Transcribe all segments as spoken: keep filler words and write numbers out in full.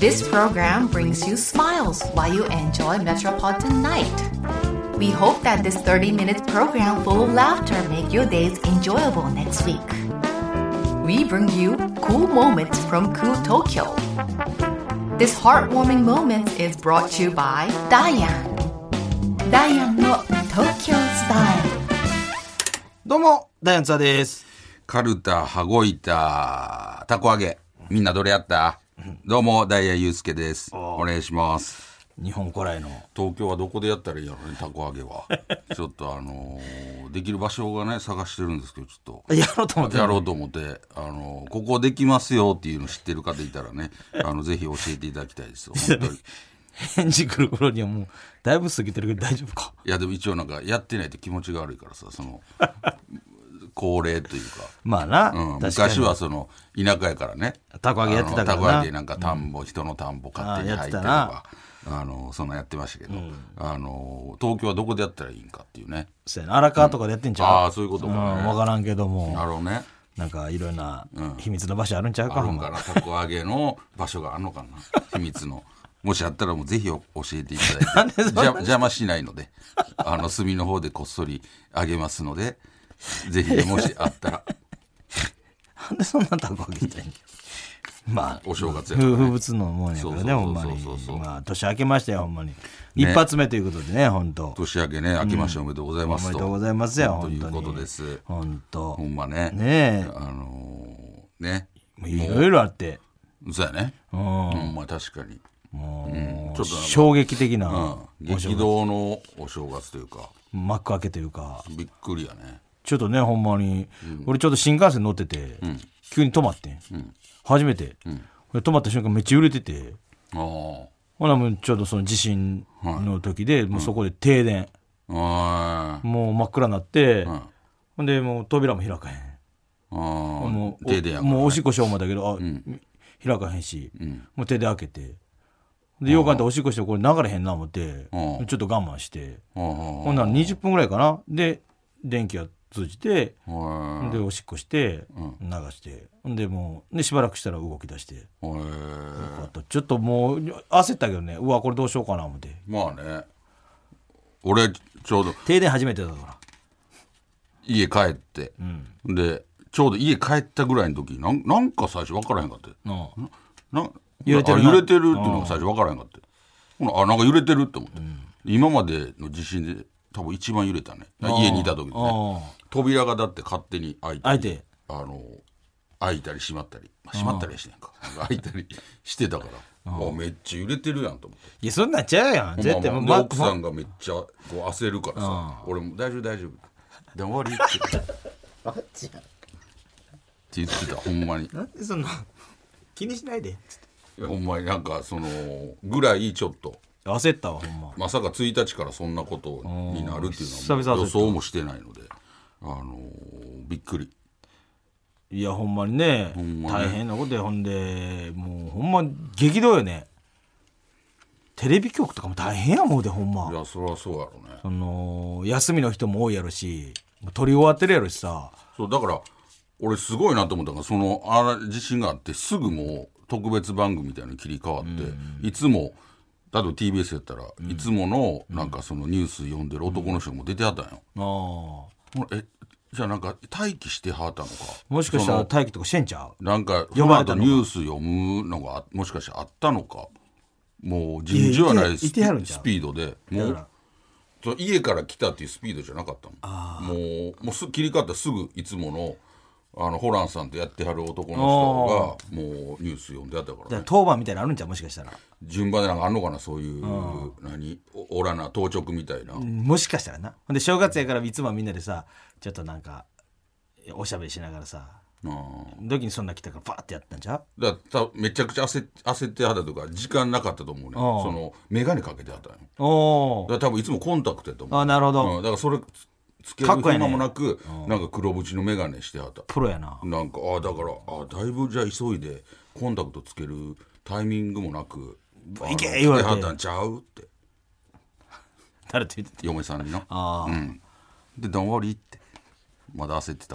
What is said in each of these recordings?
This program brings you smiles while you enjoy Metropolitan Night. We hope that this thirty minutes program full of laughter make your days enjoyable next week. We bring you cool moments from cool Tokyo. This heartwarming moment is brought to you by Diane. Diane の Tokyo Style。 どうも、ダイアンツァです。 カルタ、羽子板、たこ揚げ。みんなどれやった？どうも、ダイアンユースケです。お願いします。 日本古来の。 東京はどこでやったらいいやろね、たこ揚げは。ちょっとあのー、できる場所がね、探してるんですけど、ちょっと。 やろうと思って。 やろうと思って、あのー、ここできますよっていうの知ってる方いたらね、あの、ぜひ教えていただきたいですよ、本当に。 返事来る頃にはもう、だいぶ過ぎてるけど大丈夫か。 いや、でも一応なんか、やってないと気持ちが悪いからさ、その、恒例というか。 まあな、 うん、昔はその田舎やからね、 たこ揚げやってたからな。 たこ揚げなんか田んぼ、うん、人の田んぼ勝手に入ってとか、あのそんなやってましたけど、うん、あの東京はどこでやったらいいんかっていうね。 そうやな、荒川とかでやってんちゃう、うん、 ああそういうことかね、 うん、分からんけども。 なるほどね。 なんかいろんな秘密の場所あるんちゃうか、 うん、あるんかな、たこ揚げの場所があるのかな秘密の。もしあったらもうぜひ教えていただいて邪魔しないので、あの隅の方でこっそりあげますので、ぜひもしあったら。 なんでそんなたこ揚げしたいんまあお正月やから、ね、 風物のもんやからね、ほんまに。まあ年明けましたよ、ほんまに、ね、一発目ということでね、本当年明けね、明けましておめでとうございますと、 うん、おめでとうございますよ、 ということです。 本当ほんまね、 ねえ、 あのー、ねいろいろあって、 そうやね、 うん、 ほんま確かにもう、うん、ちょっと衝撃的な、うん、 激動のお正月というか、 幕開けというか、 びっくりやね。 ちょっとね、ほんまに、うん、俺ちょっと新幹線乗ってて、うん、急に止まってん、うん、初めて、うん、止まった瞬間めっちゃ揺れてて、あほなもうちょうどその地震の時で、はい、もうそこで停電、うん、もう真っ暗になって、うん、ほんでもう扉も開かへん、あもう停電やからね、もうおしっこしよう思ったけど、あ、うん、開かへんし、うん、もう手で開けて、でようかんっておしっこしてこれ流れへんな思って、ちょっと我慢して、ほんならにじゅっぷんぐらいかなで電気が通じて、でおしっこして流して、うん、でもうでしばらくしたら動き出して、よかった。ちょっともう焦ったけどね、うわこれどうしようかな思って。 まあね、俺ちょうど停電初めてだから家帰って、うん、でちょうど家帰ったぐらいの時 な, なんか最初分からへんかって、うん、な揺れてる揺れてるっていうのが最初分からへんかって、あなんか揺れてるって思って、うん、今までの地震で多分一番揺れたね、家にいた時にね。扉がだって勝手に開いたり、開いてあの開いたり閉まったり、まあ、閉まったりはしないか開いたりしてたから、あめっちゃ揺れてるやんと思って。 いやそんなんちゃうやん絶対、 まあまあ、奥さんがめっちゃこう焦るからさ、俺も大丈夫大丈夫で終わりってあっちやんって言ってた。ほんまになんでそんな気にしないでっつって、 いやほんまになんかそのぐらいちょっと焦ったわほんま。 まさかついたちからそんなことになるっていうのは予想もしてないので、あのー、びっくり。 いやほんまにね、ほんまね大変なことで、ほんでもうほんま激動よね。テレビ局とかも大変やもんで、ほんま。 いやそりゃそうやろね。 その休みの人も多いやろし、撮り終わってるやろしさ。 そうだから俺すごいなと思ったのが、そのあ地震があってすぐもう特別番組みたいなのに切り替わって、うん、いつも例えば ティービーエス やったら、うん、いつものなんかそのニュース読んでる男の人がもう出てはったんよ、うん、あえじゃあなんか待機してはったのか、 もしかしたら待機とかしてんちゃう、 なんかその後ニュース読むのがもしかしたらあったのか、もう尋常はないスピードで、もう家から来たっていうスピードじゃなかったもん。もう、もうす切り替わったらすぐいつものあのホランさんとやってはる男の人がもうニュース読んであったからね。 じゃあ当番みたいなのあるんじゃん、もしかしたら順番でなんかあんのかな、そういう何おらな当直みたいな、 もしかしたらな。ほんで正月やからいつもみんなでさちょっとなんかおしゃべりしながらさ、時にそんな来たからバーってやったんちゃう。 だからめちゃくちゃ 焦, 焦ってはったとか時間なかったと思うね。その眼鏡かけてはったんよ。おだから多分いつもコンタクトやと思う。 あなるほど、 うん、だからそれつける暇もなく、ね、なんか黒縁の眼鏡してはった。 プロやな。 なんかあだからあだいぶじゃあ急いでコンタクトつけるタイミングもなくいけ言われてはったんちゃうって誰と言ってた。 嫁さんにな。あ、うん、でどんわりってまだ焦ってたから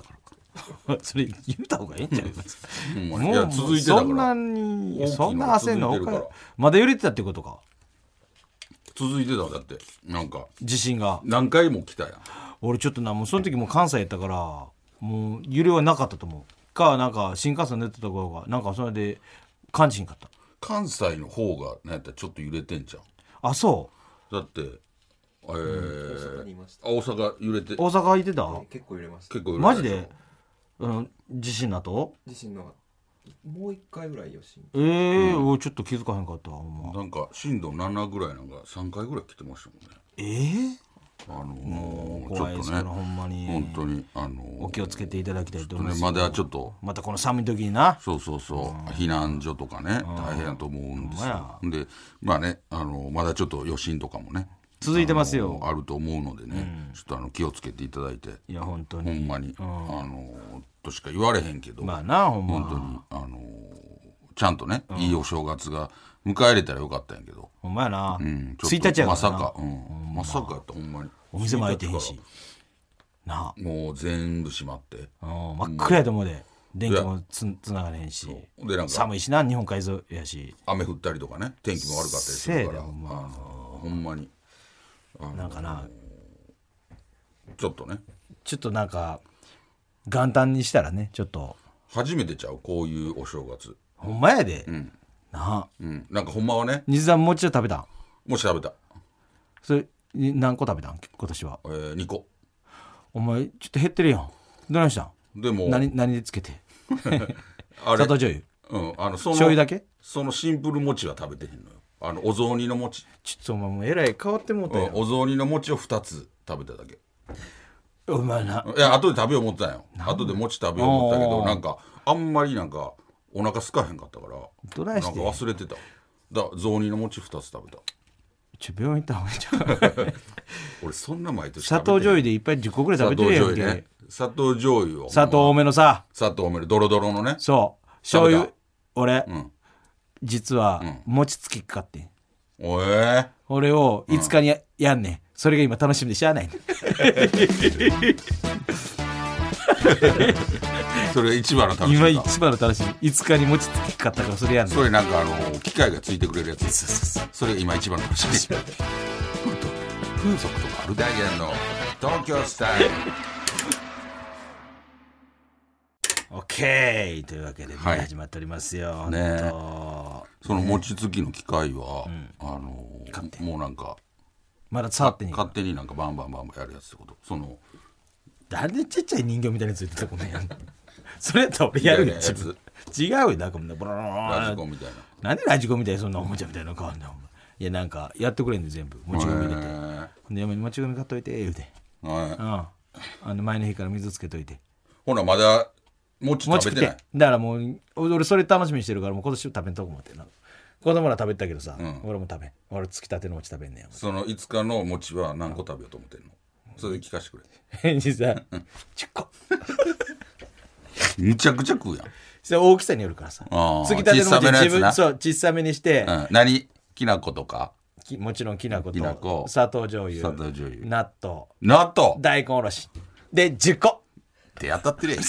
それ言った方がいいんちゃうもういや続いてたからそんなにそんな焦んのおかまだ揺れてたってことか。 続いてただってなんか地震が何回も来たやん。 俺ちょっとなもうその時もう関西やったからもう揺れはなかったと思うかなんか新幹線寝てたところがなんかそれで感じひんかった。 関西の方がなんやったらちょっと揺れてんじゃん。 あそうだってえー、うん、大阪揺れて大阪行ってた、 ね、結構揺れました。 結構揺れマジで、うん、地震の後地震のもう一回ぐらい余震。 えーうん、ちょっと気づかへんかったわ、まあ、なんか震度ななぐらいなんかさんかいぐらい来てましたもんね。 えーあのー、 もう怖いですから、ね、ほんまに本当に、あのー、 お気をつけていただきたいと思います、 ね、まだちょっとまたこの寒い時になそうそうそう、うん、避難所とかね大変だと思うんですよ。でまあね、あのー、まだちょっと余震とかもね続いてますよ、 あのー、あると思うのでね、うん、ちょっとあの気をつけていただいて。 いや本当にほんまに、うん、あのー、としか言われへんけどまあなほんま本当にあのー、ちゃんとね、うん、いいお正月が迎え入れたらよかったんやけどほんまやな、 うん、 ついたちやからなまさか、うん、まさかやったほんまにお店も開いてへんしなもう全部閉まって真っ暗やと思うで電気も つ, つながれへんしでなんか寒いしな日本海沿いやし雨降ったりとかね天気も悪かったりするからほんま、ほんまになんかなちょっとねちょっとなんか元旦にしたらねちょっと初めてちゃうこういうお正月ほんまやで、 うん、 なあ、 うん、なんかほんまはね西さん餅は食べたん餅食べたそれ何個食べたん今年は、 えー、にこお前ちょっと減ってるやんどないしたんでも何, 何でつけてあれ砂糖醤油うんあのその醤油だけそのシンプル餅は食べてへんのよあのお雑煮の餅ちょっとお前もうえらい変わってもうたよ、 うん、お雑煮の餅をふたつ食べただけお前ないや後で食べよう思ったんよ後で餅食べよう思ったけどなんかあんまりなんかお腹空かへんかったからどないしてなんか忘れてただ雑煮の餅ふたつ食べたちょ病院行った方がいいんちゃう俺そんな毎年砂糖醤油でいっぱいじゅっこぐらい食べてるやんけ、 ね、砂糖醤油を砂糖多めのさ砂糖多めのドロドロのねそう醤油俺、 うん、実は餅つきかかってん、 おえー、 俺をいつかに や,、うん、やんねんそれが今楽しみでしゃあないねんそれが一番の楽しみ今一番の楽しみいつかに餅つきかかったからそれやんねんそれなんかあの機械がついてくれるやつそうそうそうそれが今一番の楽しみ風俗とかあるダイアンの東京スタイルオッケーというわけで、ねはい、始まっておりますよねその餅つきの機械は、ね、あのもうなんかまだ触ってに勝手になんかバンバンバンバンやるやつってことその誰でちっちゃい人形みたいなやつ言ってたもんねそれやったら俺やるよ自分違うよなんかもうラジコンみたいななんでラジコンみたいなそんなおもちゃみたいなの変わんないいやなんかやってくれんで全部もち米入れてで嫁にもち米買っといて言うて、はい、うん、あの前の日から水つけといてほなまだ餅食べてないだからもう俺それ楽しみにしてるからもう今年食べんとこ思ってな子供ら食べたけどさ、うん、俺も食べん俺つきたての餅食べんねんそのいつかの餅は何個食べようと思ってんのそれで聞かせてくれ返事さじゅっこむちゃくちゃ食うやんそれ大きさによるからさつきたての餅自分そう小さめにして、 うん、何きな粉とかもちろんきな粉と砂糖醤油砂糖醤油納豆納豆大根おろしでじゅっこって当たってるやん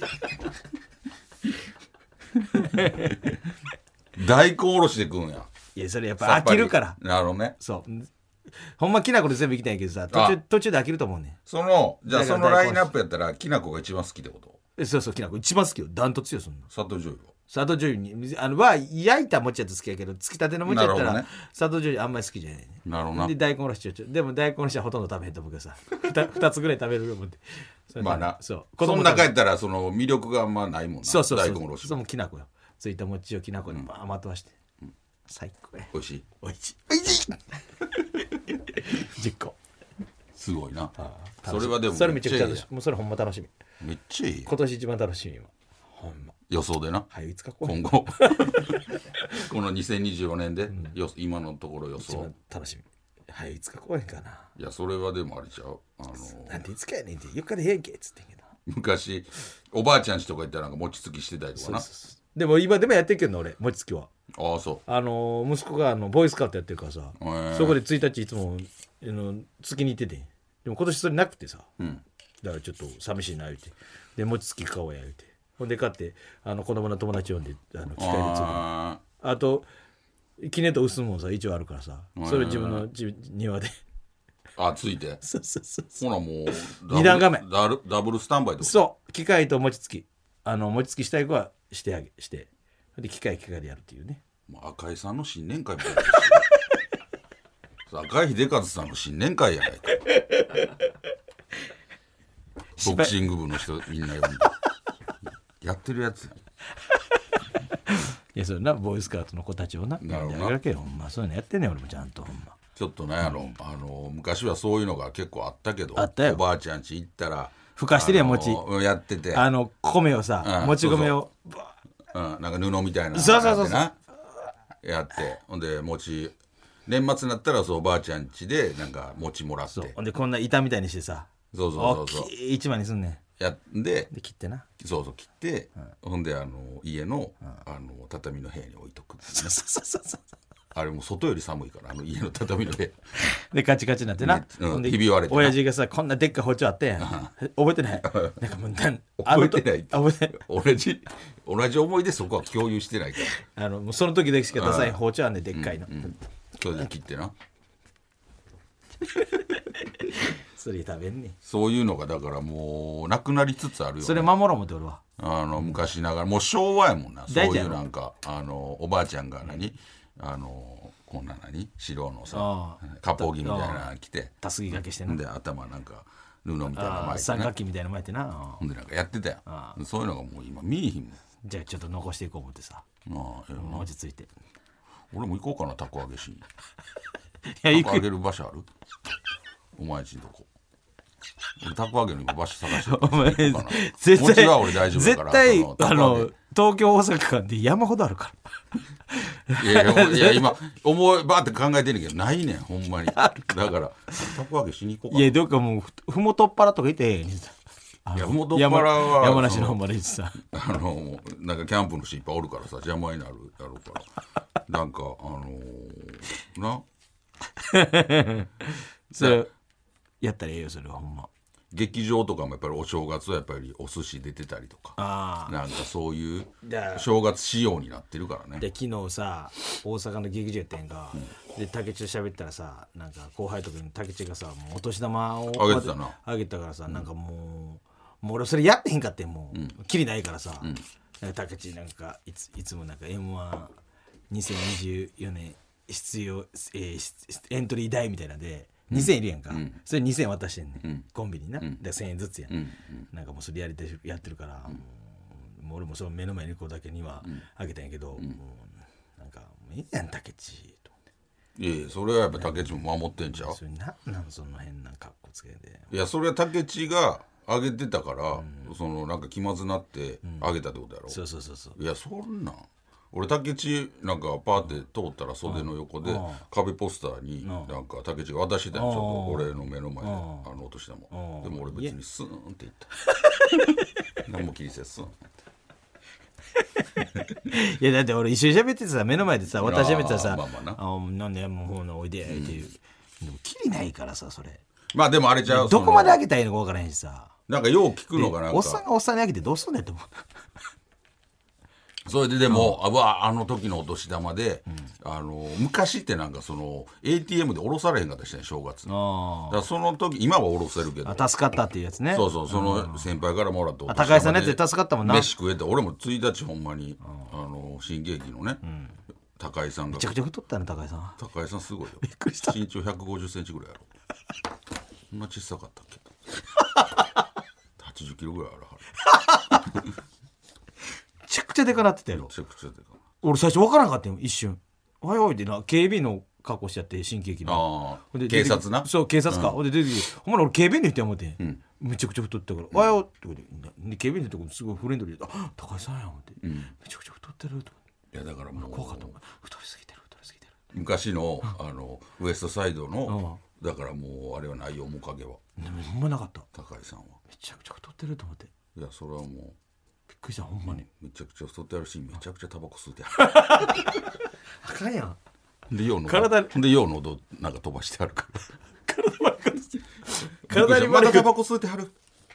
大根おろしで食うんやいやそれやっぱ飽きるからなるほどねそうほんまきな粉で全部いきたいけどさ途中途中で飽きると思うねんそのじゃあそのラインナップやったらきな粉が一番好きってことえそうそうきな粉一番好きよダントツよそんな砂糖醤油砂糖醤油にあのは焼いた餅やと好きやけどつきたての餅やったら、ね、砂糖醤油あんまり好きじゃないねなるほどなで大根おろしちょちょでも大根おろしはほとんど食べへんと思うけどさふたつぐらい食べると思ってまあなそうその中やったらその魅力があんまないもんなそうそうそう大根おろしそのきな粉よついた餅をきな粉にバーッまとわして、うん、最高やおいしいおいしいおいしいじゅっこすごいなああそれはでもそれめちゃくちゃ楽しみもうそれほんま楽しみめっちゃいい今年一番楽しみ今ほんま予想でなはいいつか今後このにせんにじゅうよねんで、うん、よ今のところ予想一番楽しみはいいつか公演かないやそれはでもあれちゃうあのー、なんでいつかやねんってよっかでええんけっつってんけど昔おばあちゃんちとか行ったらなんか餅つきしてたりとかなそうそうそうでも今でもやってるけど俺餅つきはああそうあのー、息子があのボーイスカウトやってるからさ、そこでついたちいつもあのつきに行っててでも今年それなくてさ、 うん、 だからちょっと寂しいな言うてで餅つき買おうや言うてほんで買ってあの子供の友達呼んであの機械でつくああときねと薄もんさ一応あるからさそれ自分の庭であついてそうそうそうそうほらもう二段画面ダブルダブルスタンバイとかそう機械と餅つきあの餅つきしたい子はしてあげしてで機械機械でやるっていうね赤井さんの新年会みたいな赤井秀和さんの新年会やないかボクシング部の人みんな呼んでやってるやついやそれなボーイスカウトの子たちをななるほどなやるわけよほんまそういうのやってんねん俺もちゃんとほんまちょっとねあの、うん、あの昔はそういうのが結構あったけどあったよおばあちゃん家行ったらふかしてるやん餅やっててあの米をさ、うん、もち米をそうそう、うん、なんか布みたいなそうそうそうそうやってほんで餅年末になったらそうおばあちゃん家でなんか餅もらってほんでこんな板みたいにしてさそうそうそうそう大きい一枚にすんねんやんでで切ってなそうそう切って、うん、ほんであの家の、うん、あの畳の部屋に置いとく、ね、 そうそうそうそうあれもう外より寒いからあの家の畳の部屋でカチカチになってな、 ねうん、ひび割れて親父がさこんなでっかい包丁あったやん覚えてないなんかもうなん覚えてない覚えてない同じ同じ思い出そこは共有してないからあのもうその時だけしか出さない包丁あんねんでっかいの、うんうん、 それで切ってなそれ食べんねんそういうのがだからもうなくなりつつあるよねそれ守ろう思って俺はあの昔ながらもう昭和やもんなそういうなんかあのおばあちゃんが何あのこんな何白のさかぽぎみたいなの着てたすき掛けしてなで頭なんか布みたいなの巻いて三角形みたいなの巻いてなほんでなんかやってたよそういうのがもう今見えひんもんじゃあちょっと残していこう思ってさああ落ち着いて俺も行こうかなたこ揚げしにいやたこ揚げる場所あるお前ちんとこたこ揚げの場所探してるお前絶対は俺大丈夫だから絶対あの東京大阪間で山ほどあるからいやいやいや今思いバーって考えてんねんけどないねんほんまにだからたこ揚げしに行こうかないやどっかもうふもとっぱらとかいていやふもとっぱらは山梨の方まで行ってさあのなんかキャンプの人いっぱいおるからさ邪魔になるやろうからなんかあのー、なそれやったらええよそれはほんま劇場とかもやっぱりお正月はやっぱりお寿司出てたりとかあなんかそういう正月仕様になってるからねで昨日さ大阪の劇場やってんが、うん、で竹内と喋ったらさなんか後輩とかに竹内がさもうお年玉をあげてたなあげたからさ、うん、なんかもうもう俺それやってへんかってもう、うん、きりないからさ、うん、竹内なんかいついつもなんか エムワンにせんにじゅうよねん必要、えー、エントリー代みたいなんでにせんえんいるやんか、うん、それにせんえん渡してんね、うん、コンビニな、うん、でせんえんずつやん、うん、なんかもうそれやりてやってるから、うん、もう俺もその目の前にこうだけにはあげたんやけど、うん、もうなんかもういいやん竹内と思っていやいやそれはやっぱ竹内も守ってんちゃうそれなんなんその変な格好つけていやそれは竹内があげてたから、うん、そのなんか気まずなってあげたってことやろ、うん、 そうそうそうそういやそんなん俺竹内なんかパーって通ったら袖の横で壁ポスターになんか竹内が渡してたんちょっと俺の目の前であのお年玉でも俺別にスーンって言った何も気にせずスーンいやだって俺一緒に喋っててさ目の前でさ渡し喋ってたらさまあまあなあなんでもうほうのおいでやっていう、うん、でもキリないからさそれまあでもあれじゃどこまであげたらいいのか分からへんしさなんかよう聞くのがなんかおっさんがおっさんにあげてどうすんねんって思うそれででも、うん、あ, あの時のお年玉で、うん、あの昔ってなんかその エーティーエム で下ろされへんかったしね正月あだからその時今は下ろせるけどあ助かったっていうやつねそうそうその先輩からもらったお年玉で高井さんのやつで助かったもんな飯食えて俺もついたちほんまにあの新喜劇のね、うん、高井さんがめちゃくちゃ太ったね高井さん高井さんすごいよびっくりした身長ひゃくごじゅっセンチぐらいやろそんな小さかったっけはちじゅっキロぐらいあるめちゃくちゃでかなってたやろめちゃくちゃでか俺最初分からなかったよ一瞬おいおいでな警備員の格好しちゃって新喜劇のあで警察なそう警察か、うん、ほんで出てきてほんまに俺警備員の人や思って、うん、めちゃくちゃ太ってたから、うん、おはようってで警備員の人すごいフレンドリーであ高井さんや思って、うん、めちゃくちゃ太ってると思っていやだからもう怖かった太りすぎてる太りすぎてる昔のあのウエストサイドのだからもうあれはないよ面影はでもほんまなかった高井さんはめちゃくちゃ太ってると思っていやそれはもうびっくりしたほんまにめちゃくちゃ太ってあるしめちゃくちゃタバコ吸ってあるあかんやんでようの体でよう喉なんか飛ばしてあるから体まで体にまだタバコ吸ってはる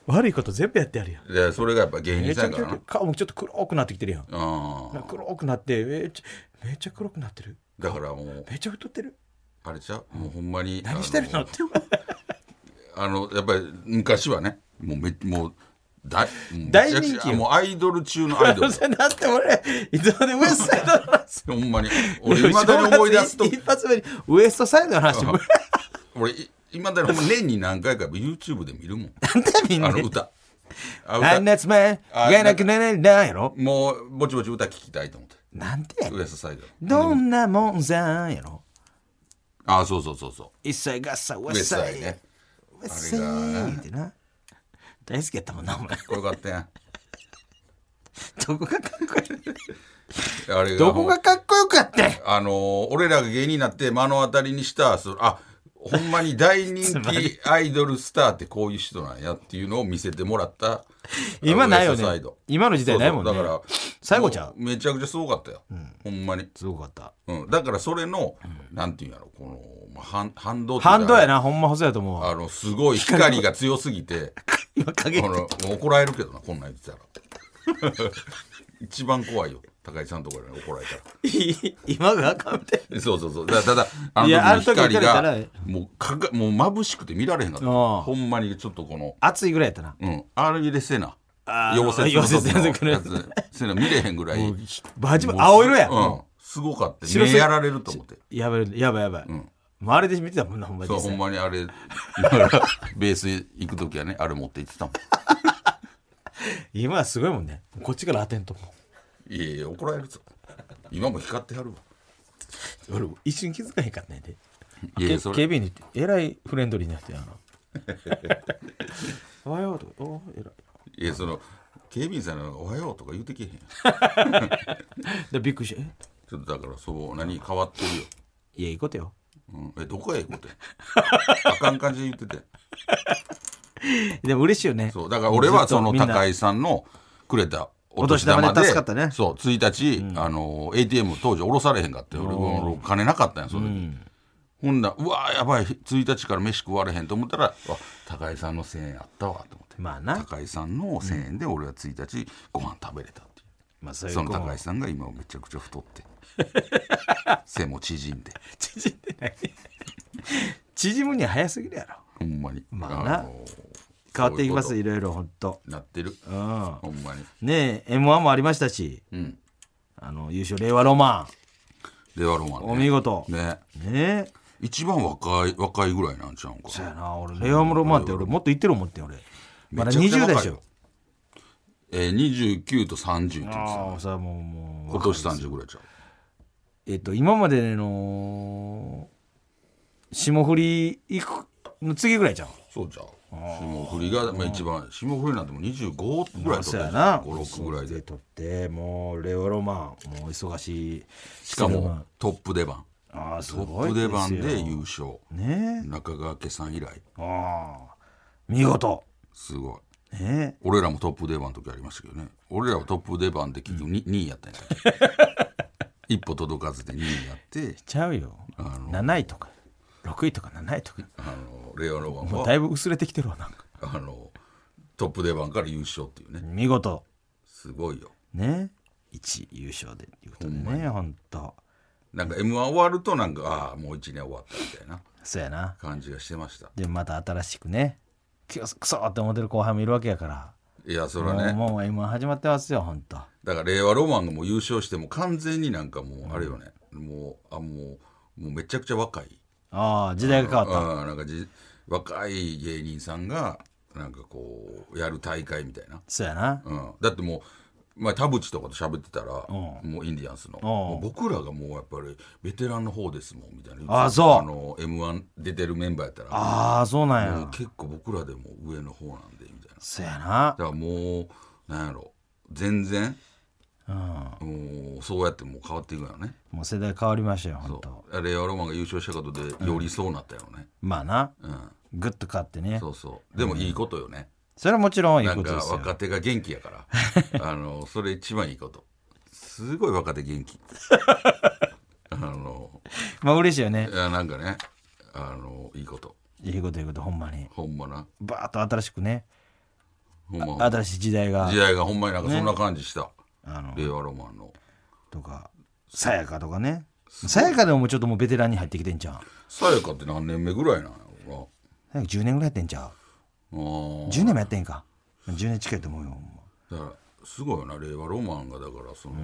悪いこと全部やってやるやん。 でそれがやっぱ芸人さんやからな。 顔もちょっと黒くなってきてるやん。 あ黒くなってめっちゃめっちゃ黒くなってる。 だからもうめっちゃ太ってる。 あれちゃうもうほんまに何してるのって。 あのやっぱり昔はねもうめもう大大人気よ。 もうアイドル中のアイドル。 だって俺いつまでウエストサイドの話。 ほんまに俺いまだに思い出すと一発目にウエストサイドの話。 俺いまだに年に何回か YouTube で見るもん。 なんでみんなあの歌。 あんなつめがなくなるんだやろ。 もうぼちぼち歌聞きたいと思って。 なんでウエストサイド。 どんなもんさんやろ。 あそうそうそうそう。 一切合切ウエウエスストサイドトサイドね。 ウエストサイドってな。大好きやったもんなお前。 かっこよかったやん。 どこがかっこいい。 あれがどこがかっこよくやってあのー俺らが芸人になって目の当たりにしたそのあほんまに大人気アイドルスターってこういう人なんやっていうのを見せてもらった今ないよねウエストサイド。 今の時代ないもんね。 そうそうだから最後ちゃうめちゃくちゃすごかったよ、うん、ほんまにすごかった、 うん、だからそれの、うん、なんていうんやろこの、まあ、反反動って反動やなほんま細やと思う。 あのすごい光が強すぎて今影あのもう怒られるけどなこんなん言ってたら一番怖いよ高井さんとかに怒られたら今があかんみたいそうそうそうだただあの時の光がもうかがもう眩しくて見られへんかったほんまにちょっとこの熱いぐらいやったな。 うんあれでせな溶接の時のやつせな見れへんぐらいバジ青色やうんすごかった目やられると思ってやばいやばいやばい、うん、あれで見てたもんなほんまに。 そうほんまにあれベース行く時はねあれ持って行ってたもん今はすごいもんねこっちから当てんと思う。 いやいや怒られるぞ今も光ってはるわ俺一瞬気づかへんかったんやで。 いやいやそれ警備員にえらいフレンドリーな人やなおはようとかおえらいいやその警備員さんのおはようとか言うてけへんでびっくりしてえちょっとだからそう何変わってるよいやいいことよ、 うん、えどこへ行こうってあかん感じで言っててでも嬉しいよね。 そうだから俺はその高井さんのくれたお年玉で助かったね。 そうついたち、うん、あの エーティーエム 当時下ろされへんかって俺も金なかったんやその時、うん、ほんなうわやばいついたちから飯食われへんと思ったら高井さんのせんえんあったわと思って、まあ、な高井さんのせんえんで俺はついたちご飯食べれたっていう、まあ、そ, その高井さんが今めちゃくちゃ太って背も縮んで縮んでない縮むには早すぎるやろほんまに。 まあな、あのー変わっていきますいろいろ本当なってる、 うん、 ほんまにねえ エムワン もありましたし、うん、あの優勝令和ロマン令和ロマン、ね、 お見事ねね一番若い若いぐらいなんちゃうんか。 そうやな俺令和ロマンって俺もっと言ってる思ってん俺まだにじゅう代でしょ。 えー、にじゅうきゅうとさんじゅうって言ってた。 ああさもうもう今年さんじゅうぐらいちゃう。 えっと今までの霜降り行くの次ぐらいちゃう。 そうちゃう霜降りが一番霜降りなんてもうにじゅうごぐらい取ってるご、ろくぐらいで取ってもうレオロマンもう忙しいしかもトップ出番あーすトごいップ出番で優勝ね中川家さん以来ああ見事すごいね俺らもトップ出番の時ありましたけどね俺らはトップ出番で結局 2,、うん、にいやったんや一歩届かずでにいやってちゃうよあのなないとかろくいとかなないとかあのレオロマンはもうだいぶ薄れてきてるわなんかあのトップ出番から優勝っていうね見事すごいよねいち優勝でいうことでねほんとなんか エムワン 終わるとなんかああもういちねん終わったみたいなそうやな感じがしてましたでまた新しくねクソって思ってる後輩もいるわけやからいやそれはねもう、もう エムワン 始まってますよほんとだから令和ロマンがもう優勝しても完全になんかもうあれよね、うん、もうあもうもうめちゃくちゃ若いああ時代が変わったああなんかじ若い芸人さんがなんかこうやる大会みたいなそうやな、 うん、だってもう、まあ、田淵とかと喋ってたら、うん、もうインディアンスのもう僕らがもうやっぱりベテランの方ですもんみたいなああそうあの エムワン 出てるメンバーやったらああそうなんやもう結構僕らでも上の方なんでみたいなそうやなだからもうなんやろ全然うん、もうそうやってもう変わっていくよねもう世代変わりましたよ本当レイアロマンが優勝したことでよりそうなったよね、 うん、まあな、うん、グッと変わってねそうそうでもいいことよね、うん、 それはもちろんいいことですよなんか若手が元気やからあのそれ一番いいことすごい若手元気あのまあ嬉しいよねいやなんかねあのいいこといいこといいことほんまにほんまなバーッと新しくねほんま新しい時代が時代がほんまになんかそんな感じした、ね、 あの令和ロマンのとかさやかとかねさやかでももうちょっともうベテランに入ってきてんじゃん。 さやかって何年目ぐらいなんやろさやかじゅうねんぐらいやってんちゃう。じゅうねんもやってんか。じゅうねん近いと思うよ。ほんまだからすごいよな令和ロマンがだからその、うん、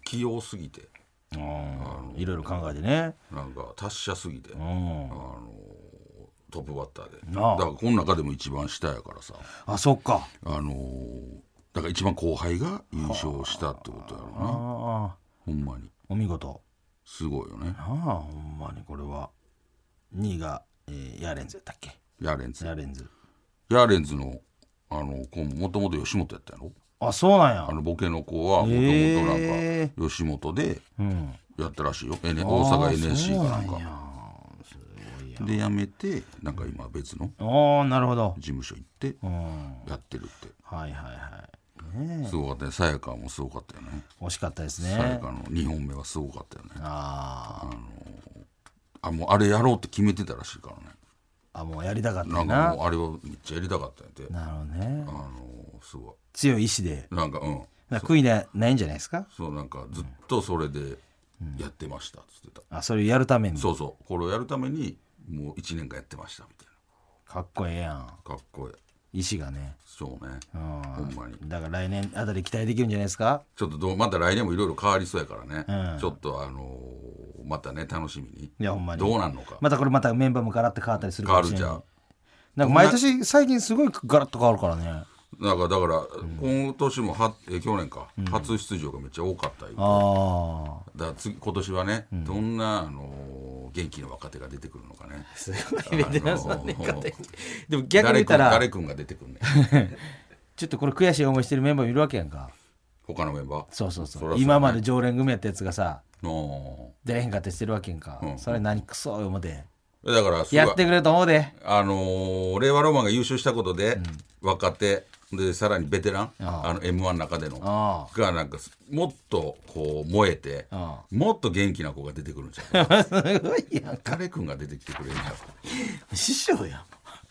器用すぎてあのいろいろ考えてねなんか達者すぎて、うん、あのトップバッターでだからこの中でも一番下やからさあそっかあのだから一番後輩が優勝したってことやろなほんまにお見事すごいよねああほんまにこれはにいが、えー、ヤーレンズやったっけ。 ヤーレンズヤーレンズヤーレンズのあの子ももともと吉本やったやろ。 あそうなんや。 あのボケの子はもともとなんか吉本でやったらしいよ、えー、大阪 エヌエスシー かなんかで辞めてなんか今別のああなるほど事務所行ってやってるって、 うん、はいはいはいねすごかったね。さやかもすごかったよね。 惜しかったですね。 さやかのにほんめはすごかったよね。 ああのあもうあれやろうって決めてたらしいからね。 あもうやりたかったな。 なんかもうあれをめっちゃやりたかったんやて。 なるほどね。 あのすごい強い意志でなんかうん悔いなないんじゃないですか。 そうなんかずっとそれでやってましたっつってた、 うん、あそれをやるためにそうそうこれをやるためにもういちねんかんやってましたみたいな。かっこええやん。 かっこええ意志がね。 そうね、うん、ほんまにだから来年あたり期待できるんじゃないですか。 ちょっとどうまた来年もいろいろ変わりそうやからね、 うん、 ちょっとあのー、またね楽しみに。 いやほんまにどうなんのかまたこれまたメンバーもガラッと変わったりするかもしれない。 変わるじゃんなんか毎年最近すごいガラッと変わるからね。 なんかだから、うん、今年もはえ去年か、うん、初出場がめっちゃ多かったよ、あだから次今年はね、うん、どんな、あのー、元気な若手が出てくるのかね。 すごいベテランさんねでも逆に言ったら誰くんが出てくるねちょっとこれ悔しい思いしてるメンバーもいるわけやんか。 他のメンバーそうそうそう、そね、今まで常連組やったやつがさ出れへんかってしてるわけやんか、うん、それ何クソ思ってだからやってくれると思うで。 あのー、令和ロマンが優勝したことで、うん、若手でさらにベテラン ああの エムワン の中でのがなんかもっとこう燃えてもっと元気な子が出てくるんじゃないすごいやん。誰くんが出てきてくれるんやろ師匠やん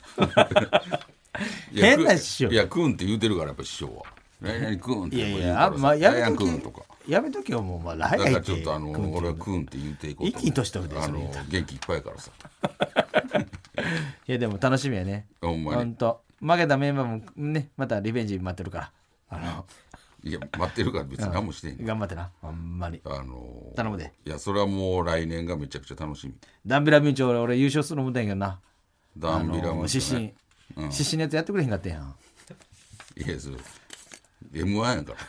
変な師匠。 いやくんって言うてるからやっぱ師匠は何々くんって言うからさ、まあ、やめときとかやめときはもうまあライだからちょっとあの俺はくんって言うていこうと一気に年取るであの元気いっぱいやからさいやでも楽しみやねほんまに。 ほんと負けたメンバーもねまたリベンジ待ってるからあのいや待ってるから別に何もしてん、 うん、頑張ってなほんまに、 あのー、 頼むで。 いやそれはもう来年がめちゃくちゃ楽しみ。 ダンビラミューチョ俺優勝するの思ったんやけどな。 ダンビラミューチョ、ね、 失神失神のやつやってくれへんかったやん。 いやそれ エムワン やから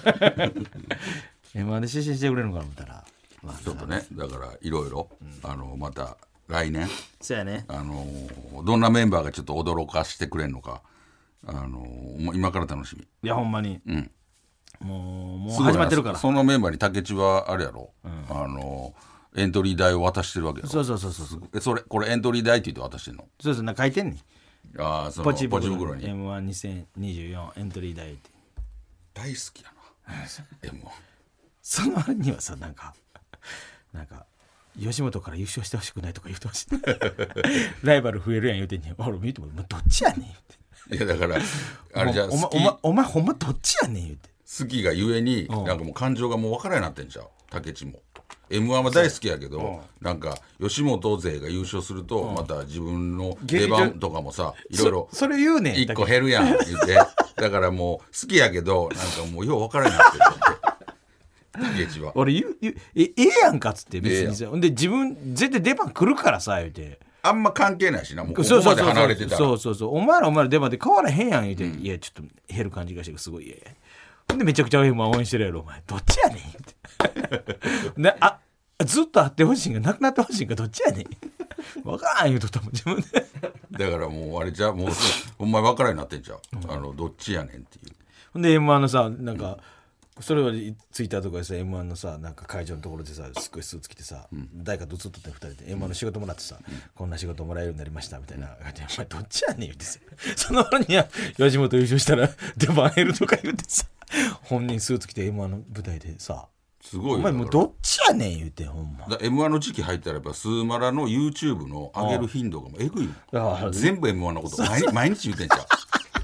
エムワン で失神してくれるのかな思ったら、 まあ、ちょっとねだからいろいろまた来年そうやね、 あのどんなメンバーがちょっと驚かしてくれるのか、あの今から楽しみ。 いやほんまに、 うん、 もうもう始まってるから。 そのメンバーに竹内はあれやろ、うん、あのエントリー代を渡してるわけやろ。 そうそうそうそうそれこれエントリー代って言って渡してんの。 そうそうなんか書いてんねん。 ああそのポチ袋にエムワンにせんにじゅうよん エントリー代って大好きやなエムワンその割にはさなんかなんか吉本から優勝してほしくないとか言ってほしいライバル増えるやん言うてんねん。俺見てもどっちやねんいやだからあれじゃお前お前お前ほんまどっちやねん言うて好きがゆえになんかもう感情がもう分からんようになってんちゃう竹内も。エムワン は大好きやけどなんか吉本勢が優勝するとまた自分の出番とかもさいろいろそれ言うねんいっこ減るやん言ってだからもう好きやけどなんかもうよう分からんようになってる竹内は。 俺言う言うえええやんかっつって別にさ、ええ、で自分絶対出番来るからさ言うてあんま関係ないしなもうここまで離れてたらそうそうそうお前らお前ら出番で変わらへんやん言うて、うん、いやちょっと減る感じがしてすごいいやいやほんでめちゃくちゃ エムワン 応援してるやろお前どっちやねん言うてねあずっと会ってほしいんかなくなってほしいんかどっちやねん分からん言うとったもん自分でだからもうあれじゃもうお前分からんようになってんじゃん、うん、あのどっちやねんっていうほんで エムワン のさなんか、うん、それはツイッターとかでさ エムワン のさなんか会場のところでさすっごいスーツ着てさ、うん、誰かと映っとってふたりで エムワン の仕事もらってさ、うん、こんな仕事もらえるようになりましたみたいな感じで、お前どっちやねん言うてさその頃には吉本優勝したら出番減るとか言うてさ本人スーツ着て エムワン の舞台でさすごいお前もうどっちやねん言うてほんまだ エムワン の時期入ったらやっぱスーマラの YouTube の上げる頻度がもうえぐいもん全部 エムワン のこと毎日毎日言うてんちゃう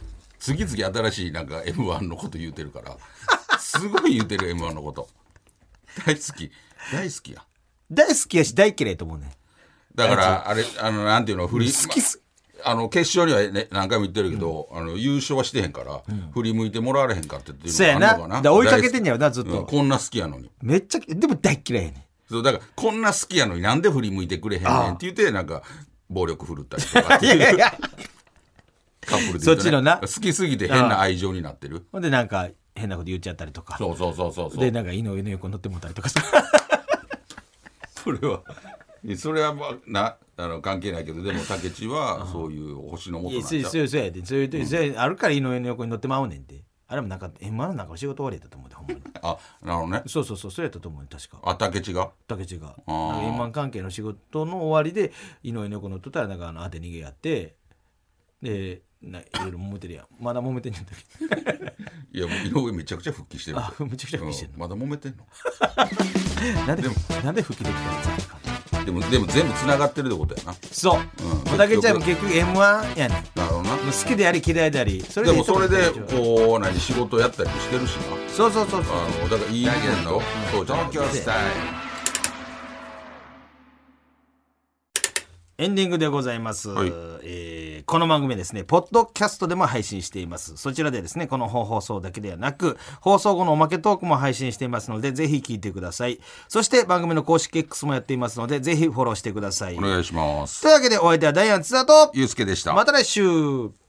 次々新しいなんか エムワン のこと言うてるからすごい言うてる エムワン のこと大好き大好きや大好きやし大嫌いと思うね。 だからあれあのなんていうの振り好きす、 まあの決勝には、ね、何回も言ってるけど、うん、あの優勝はしてへんから、うん、振り向いてもらわれへんかってっていうのがあるのかな。 だ追いかけてんやろなずっと、 うん、こんな好きやのにめっちゃでも大嫌いやねん。 そうだからこんな好きやのになんで振り向いてくれへんねんって言ってなんか暴力振るったりとかっていういやいやカップルで言うと、ね、 そっちのな好きすぎて変な愛情になってる。 ほんでなんか変なこと言っちゃったりとか。 そうそうそうそうそうでなんか井上の横乗ってもったりとかさそれはそれはまあなあの関係ないけどでも武智はそういう星の元なんちゃう。 そうそうやでそういうそういうあるから井上の横に乗ってまうねんて。あれもなんか エムワン のなんか仕事終わりやったと思うでほんまに。 あなるほどね。 そうそうそうそうやったと思う確か。 あ武智が武智が エムワン 関係の仕事の終わりで井上の横乗っとったらなんかあの当て逃げやってでないろいろ揉めてるやん。まだ揉めてんねんだけどいやもう井上めちゃくちゃ復帰してる。 あめちゃくちゃ復帰してるの、 うん、まだ揉めてんのなんででもなんで復帰できたんですか。 でもでも全部つながってるってことやな。 そう、うん、武智は結局 エムワン やねん。 なるほどな。 好きであり嫌いでありそれででもそれでこう何仕事やったりしてるしな。 そうそうそうそう。 あのだからいいねんのそうじゃない。東京スタイルエンディングでございます、 はい。 えー、この番組ですねポッドキャストでも配信しています。そちらでですねこの放送だけではなく放送後のおまけトークも配信していますのでぜひ聞いてください。そして番組の公式 X もやっていますのでぜひフォローしてください。 お願いします。 というわけでお相手はダイアン津田とゆうすけでした。 また来週。